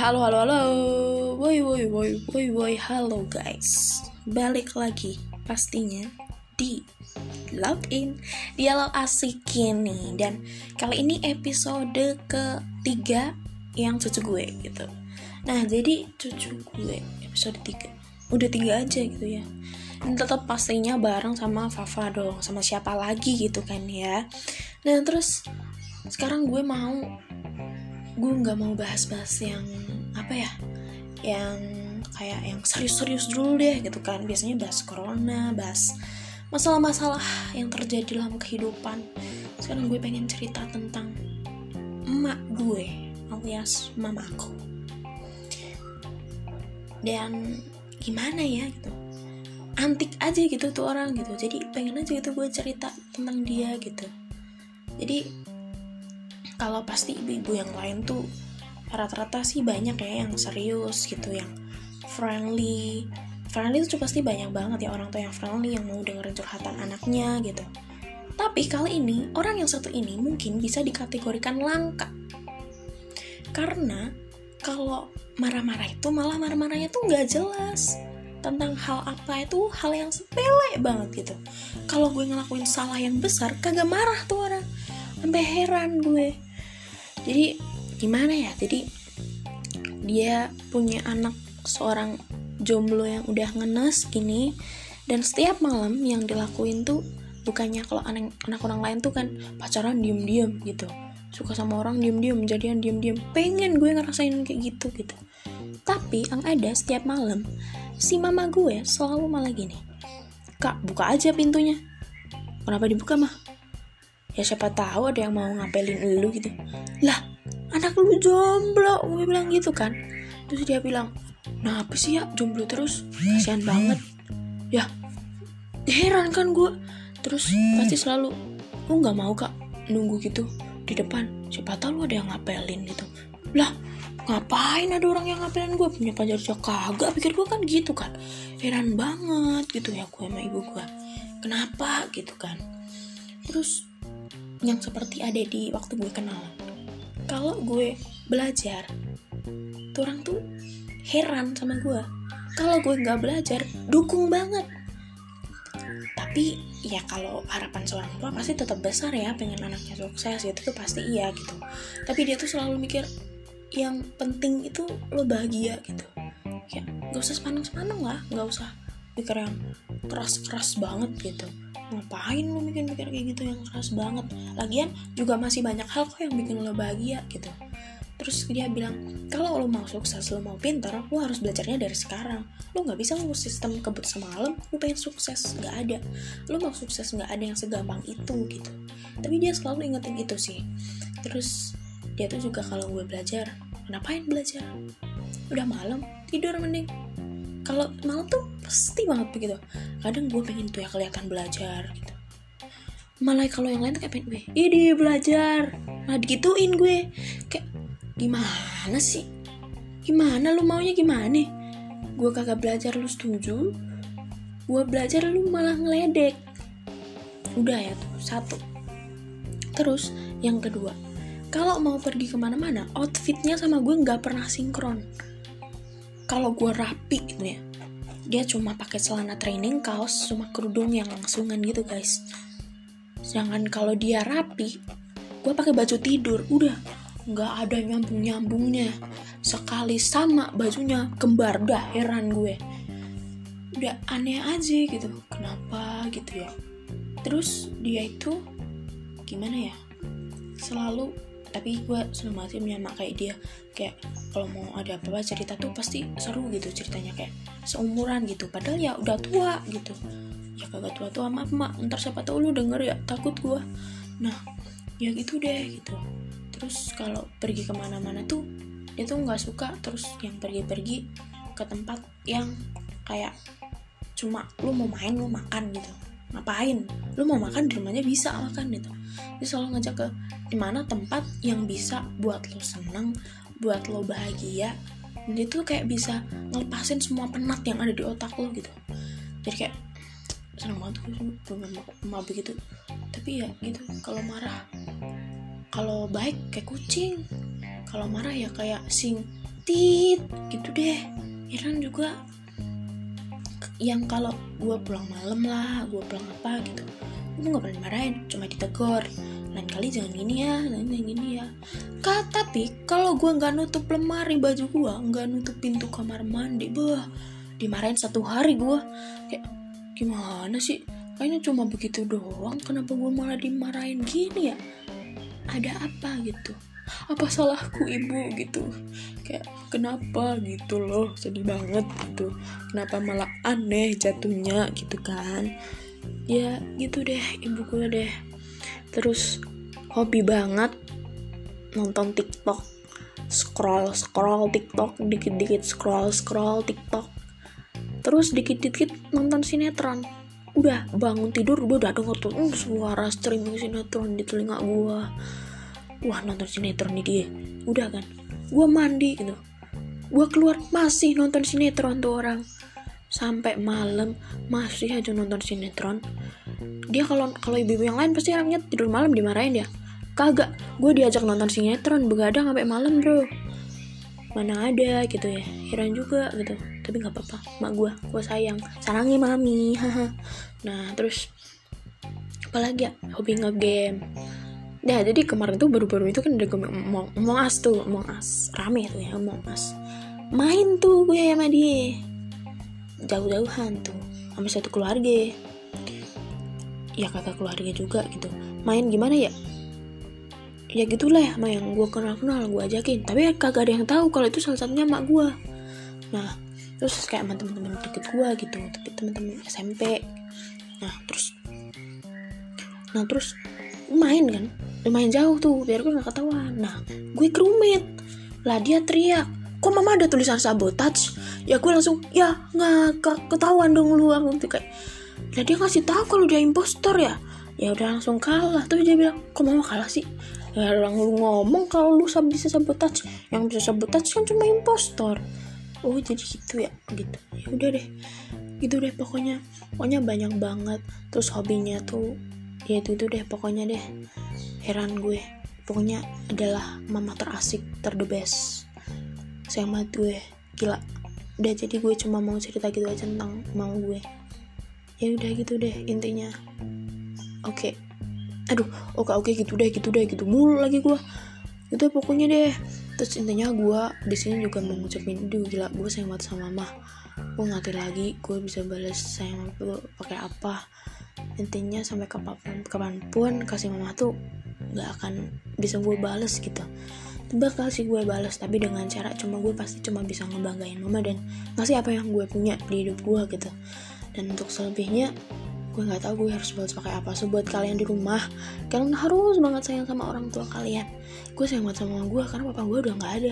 Halo, woi, halo guys. Balik lagi pastinya di Login Dialog Asik ini. Dan kali ini episode ketiga yang cucu gue gitu. Nah, jadi cucu gue episode 3 udah 3 aja gitu ya. Dan tetap pastinya bareng sama Fafa dong. Sama siapa lagi gitu kan ya. Nah, terus sekarang gue gak mau bahas-bahas yang yang kayak yang serius-serius dulu deh gitu kan. Biasanya bahas corona, bahas masalah-masalah yang terjadi dalam kehidupan. Sekarang gue pengen cerita tentang emak gue alias mamaku. Dan gimana ya gitu, antik aja gitu tuh orang gitu. Jadi pengen aja gitu gue cerita tentang dia gitu. Jadi kalau pasti ibu-ibu yang lain tuh rata-rata sih banyak ya yang serius gitu, yang friendly itu pasti banyak banget ya orang tua yang friendly, yang mau dengerin curhatan anaknya gitu. Tapi kali ini orang yang satu ini mungkin bisa dikategorikan langka, karena kalau marah-marah itu malah marah-marahnya tuh nggak jelas tentang hal apa, itu hal yang sepele banget gitu. Kalau gue ngelakuin salah yang besar kagak marah tuh orang, sampai heran gue. Jadi gimana ya, jadi dia punya anak seorang jomblo yang udah ngenes gini. Dan setiap malam yang dilakuin tuh, bukannya kalau anak orang lain tuh kan pacaran diem-diem gitu, suka sama orang diem-diem, jadian diem-diem, pengen gue ngerasain kayak gitu. Tapi yang ada setiap malam si mama gue selalu malah gini, "Kak, buka aja pintunya." "Kenapa dibuka, mah?" "Ya siapa tahu ada yang mau ngapelin lu gitu." "Lah, anak lu jomblo," gue bilang gitu kan. Terus dia bilang, "Nah apa sih ya jomblo terus, kasihan banget." Ya heran kan gue. Terus pasti selalu, "Lu gak mau kak nunggu gitu di depan, siapa tahu lu ada yang ngapelin gitu." Lah ngapain ada orang yang ngapelin gue, punya pacar aja kagak, pikir gue kan gitu kan. Heran banget gitu ya gue sama ibu gue, kenapa gitu kan. Terus yang seperti ada di waktu gue kenal, kalau gue belajar tuh orang tuh heran sama gue. Kalau gue gak belajar dukung banget. Tapi ya kalau harapan seorang tua pasti tetap besar ya, pengen anaknya sukses gitu tuh pasti iya gitu. Tapi dia tuh selalu mikir yang penting itu lo bahagia gitu. Ya gak usah sepaneng-sepaneng lah, gak usah pikir yang keras-keras banget gitu. Ngapain lo mikir-mikir kayak gitu yang keras banget, lagian juga masih banyak hal kok yang bikin lo bahagia gitu. Terus dia bilang, kalau lo mau sukses, lo mau pintar, lo harus belajarnya dari sekarang. Lo gak bisa ngurus sistem kebut semalam, lo pengen sukses, gak ada. Lo mau sukses gak ada yang segampang itu gitu. Tapi dia selalu ingetin itu sih. Terus dia tuh juga kalau gue belajar, ngapain belajar? Udah malam, tidur mending. Kalau malam tuh pasti banget begitu. Kadang gue pengen tuh ya kelihatan belajar gitu. Malah kalau yang lain tuh kayak pengen gue, "Ini belajar." Nah digituin gue. Kayak gimana sih? Gimana lu maunya gimana? Gue kagak belajar lu setuju, gue belajar lu malah ngeledek. Udah ya tuh, satu. Terus yang kedua, kalau mau pergi kemana-mana, outfitnya sama gue gak pernah sinkron. Kalau gue rapi gitu ya, dia cuma pakai celana training, kaos, cuma kerudung yang langsungan gitu guys. Sedangkan kalau dia rapi, gue pakai baju tidur, udah nggak ada nyambung-nyambungnya. Sekali sama bajunya kembar, udah heran gue. Udah aneh aja gitu, kenapa gitu ya. Terus dia itu gimana ya, selalu, tapi gue seneng banget punya kayak dia. Kayak kalau mau ada apa-apa cerita tuh pasti seru gitu ceritanya, kayak seumuran gitu, padahal ya udah tua gitu. Ya kagak tua-tua, maaf mak, ntar siapa tahu lu denger ya, takut gue. Nah ya gitu deh gitu. Terus kalau pergi kemana-mana tuh dia tuh nggak suka terus yang pergi-pergi ke tempat yang kayak cuma lu mau main, lu makan gitu. Ngapain? Lu mau makan di rumahnya bisa makan gitu. Dia selalu ngajak ke dimana tempat yang bisa buat lo seneng, buat lo bahagia. Dan itu kayak bisa ngelepasin semua penat yang ada di otak lo gitu. Jadi kayak seneng banget gue punya emak begitu. Tapi ya gitu, kalau marah, kalau baik kayak kucing, kalau marah ya kayak tit gitu deh. Heran juga yang kalau gue pulang malam lah, gue pulang apa gitu, gue nggak pernah dimarahin, cuma ditegur, lain kali jangan gini ya, lain gini ya. Tapi kalau gue nggak nutup lemari baju gue, nggak nutup pintu kamar mandi, dimarahin 1 hari. Gue kayak gimana sih, kayaknya cuma begitu doang, kenapa gue malah dimarahin gini ya? Ada apa gitu? Apa salahku ibu gitu? Kayak kenapa gitu loh, sedih banget gitu. Kenapa malah aneh jatuhnya gitu kan? Ya gitu deh ibu gue deh. Terus hobi banget nonton TikTok, scroll TikTok, dikit-dikit scroll TikTok, terus dikit-dikit nonton sinetron. Udah bangun tidur udah denger tuh suara streaming sinetron di telinga gue. Wah, nonton sinetron nih dia. Udah kan, gue mandi gitu, gue keluar masih nonton sinetron tuh orang. Sampai malam masih aja nonton sinetron. Dia kalau ibu-ibu yang lain pasti orangnya tidur malam dimarahin ya. Kagak, gue diajak nonton sinetron begadang sampai malam bro. Mana ada gitu ya, heran juga gitu. Tapi nggak apa-apa, mak gue sayang, sarangi mami. Nah terus apalagi ya, hobi nge-game. Nah jadi kemarin tuh baru-baru itu kan ada Among Us rame tuh ya, Among Us. Main tuh gue sama dia jauh-jauhan tuh sama satu keluarga. Ya kakak keluarga juga gitu. Main gimana ya? Ya gitulah ya, sama yang gue kenal gue ajakin. Tapi kagak ada yang tahu kalau itu salah satunya mak gue. Nah terus kayak sama teman-teman deket gue gitu, tapi teman-teman SMP. Nah terus main kan, lumayan jauh tuh biar gue gak ketahuan. Nah gue kerumit lah, dia teriak, kok mama ada tulisan sabotage? Ya gue langsung ya nggak ketahuan dong lu. Aku tuh kayak, lah dia ngasih tahu kalau dia impostor ya. Ya udah langsung kalah. Tapi dia bilang, kok mama kalah sih? Ya orang lu ngomong kalau lu bisa sabotage, yang bisa sabotage kan cuma impostor. Oh jadi gitu ya, gitu. Ya udah deh, gitu deh pokoknya banyak banget. Terus hobinya tuh ya itu deh pokoknya deh. Heran gue, pokoknya adalah mama terasik, the best. Sayang banget gue, gila. Udah, jadi gue cuma mau cerita gitu aja tentang mama gue. Ya udah gitu deh intinya. Oke. Gitu deh mulu lagi gue. Itu pokoknya deh. Terus intinya gue di sini juga mau ngucapin, gila gue sayang banget sama mama. Gue ngerti lagi gue bisa balas sayang gue pakai apa. Intinya sampai kapanpun kasih mama tuh nggak akan bisa gue balas gitu. Bakal sih gue balas, tapi dengan cara gue pasti cuma bisa ngebanggain mama dan ngasih apa yang gue punya di hidup gue gitu. Dan untuk selebihnya gue nggak tahu gue harus balas pakai apa. So buat kalian di rumah, kalian harus banget sayang sama orang tua kalian. Gue sayang banget sama mama gue karena papa gue udah nggak ada.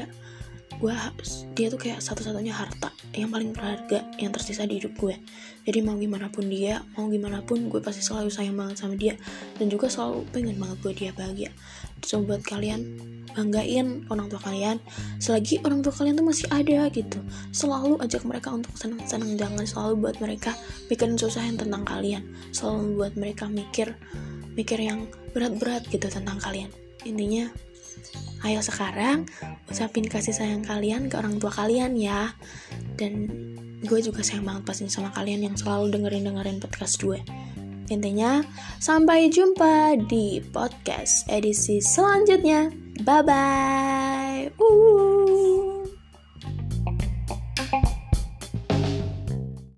Dia tuh kayak satu-satunya harta yang paling berharga yang tersisa di hidup gue. Jadi mau gimana pun gue pasti selalu sayang banget sama dia, dan juga selalu pengen banget buat dia bahagia. So buat kalian, banggain orang tua kalian selagi orang tua kalian tuh masih ada gitu. Selalu ajak mereka untuk senang-senang, jangan selalu buat mereka mikirin susah yang tentang kalian. Selalu buat mereka mikir yang berat-berat gitu tentang kalian. Intinya, ayo sekarang ucapin kasih sayang kalian ke orang tua kalian ya. Dan gue juga sayang banget pastinya sama kalian yang selalu dengerin podcast gue. Intinya, sampai jumpa di podcast edisi selanjutnya. Bye-bye.